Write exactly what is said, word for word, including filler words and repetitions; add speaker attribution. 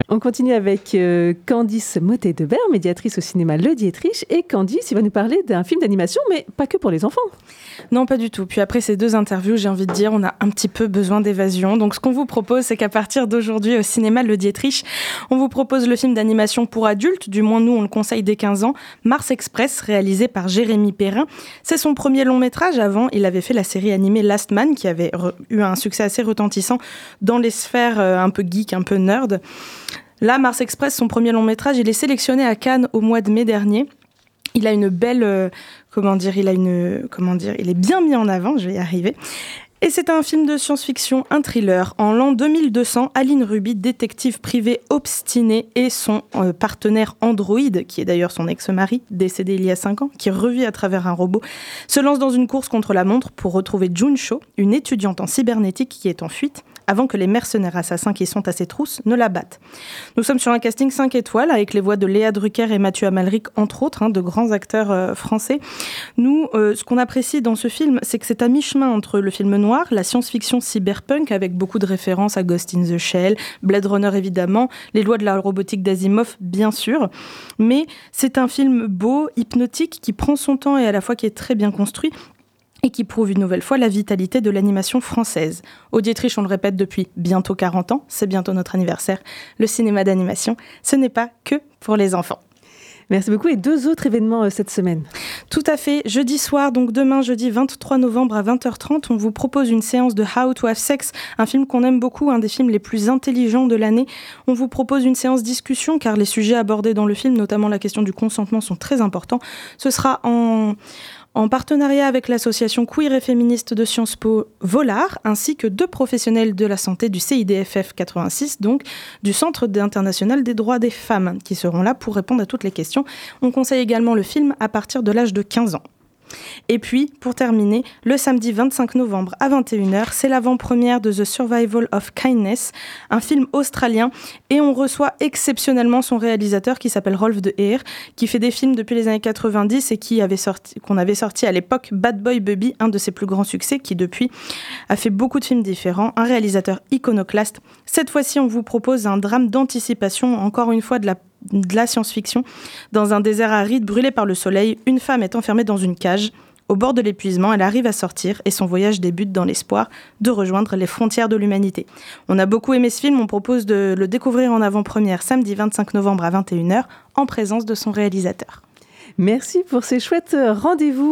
Speaker 1: On continue avec euh, Candice Mottet-Debert, médiatrice au cinéma Le Dietrich. Et Candice, il va nous parler d'un film d'animation, mais pas que pour les enfants.
Speaker 2: Non, pas du tout. Puis après ces deux interviews, j'ai envie de dire, on a un petit peu besoin d'évasion. Donc ce qu'on vous propose, c'est qu'à partir d'aujourd'hui, au cinéma Le Dietrich, on vous propose le film d'animation pour adultes, du moins nous, on le conseille dès quinze ans, Mars Express, réalisé par Jérémy Perrin. C'est son premier long métrage. Avant, il avait fait la série animée Last Man, qui avait re- eu un succès assez retentissant dans les sphères euh, un peu geek, un peu nerd. Là, Mars Express, son premier long métrage, il est sélectionné à Cannes au mois de mai dernier. Il a une belle, euh, comment dire, il a une, comment dire, il est bien mis en avant, je vais y arriver. Et c'est un film de science-fiction, un thriller. En l'an deux mille deux cents, Aline Ruby, détective privée obstinée, et son euh, partenaire Android, qui est d'ailleurs son ex-mari, décédé il y a cinq ans, qui revit à travers un robot, se lance dans une course contre la montre pour retrouver Juncho, une étudiante en cybernétique qui est en fuite, avant que les mercenaires assassins qui sont à ses trousses ne la battent. Nous sommes sur un casting cinq étoiles, avec les voix de Léa Drucker et Mathieu Amalric, entre autres, hein, de grands acteurs euh, français. Nous, euh, ce qu'on apprécie dans ce film, c'est que c'est à mi-chemin entre le film noir, la science-fiction cyberpunk, avec beaucoup de références à Ghost in the Shell, Blade Runner évidemment, les lois de la robotique d'Asimov, bien sûr. Mais c'est un film beau, hypnotique, qui prend son temps et à la fois qui est très bien construit, et qui prouve une nouvelle fois la vitalité de l'animation française. Au Dietrich, on le répète depuis bientôt quarante ans, c'est bientôt notre anniversaire. Le cinéma d'animation, ce n'est pas que pour les enfants.
Speaker 1: Merci beaucoup. Et deux autres événements euh, cette semaine.
Speaker 2: Tout à fait. Jeudi soir, donc demain, jeudi vingt-trois novembre à vingt heures trente, on vous propose une séance de How to Have Sex, un film qu'on aime beaucoup, un des films les plus intelligents de l'année. On vous propose une séance discussion, car les sujets abordés dans le film, notamment la question du consentement, sont très importants. Ce sera en... en partenariat avec l'association queer et féministe de Sciences Po Volard, ainsi que deux professionnels de la santé du C I D F F quatre-vingt-six, donc du Centre international des droits des femmes, qui seront là pour répondre à toutes les questions. On conseille également le film à partir de l'âge de quinze ans. Et puis, pour terminer, le samedi vingt-cinq novembre à vingt et une heures, c'est l'avant-première de The Survival of Kindness, un film australien, et on reçoit exceptionnellement son réalisateur qui s'appelle Rolf de Heer, qui fait des films depuis les années quatre-vingt-dix et qui avait sorti, qu'on avait sorti à l'époque Bad Boy Baby, un de ses plus grands succès, qui depuis a fait beaucoup de films différents, un réalisateur iconoclaste. Cette fois-ci, on vous propose un drame d'anticipation, encore une fois de la de la science-fiction. Dans un désert aride brûlé par le soleil, une femme est enfermée dans une cage. Au bord de l'épuisement, elle arrive à sortir et son voyage débute dans l'espoir de rejoindre les frontières de l'humanité. On a beaucoup aimé ce film, on propose de le découvrir en avant-première samedi vingt-cinq novembre à vingt et une heures en présence de son réalisateur.
Speaker 1: Merci pour ces chouettes rendez-vous.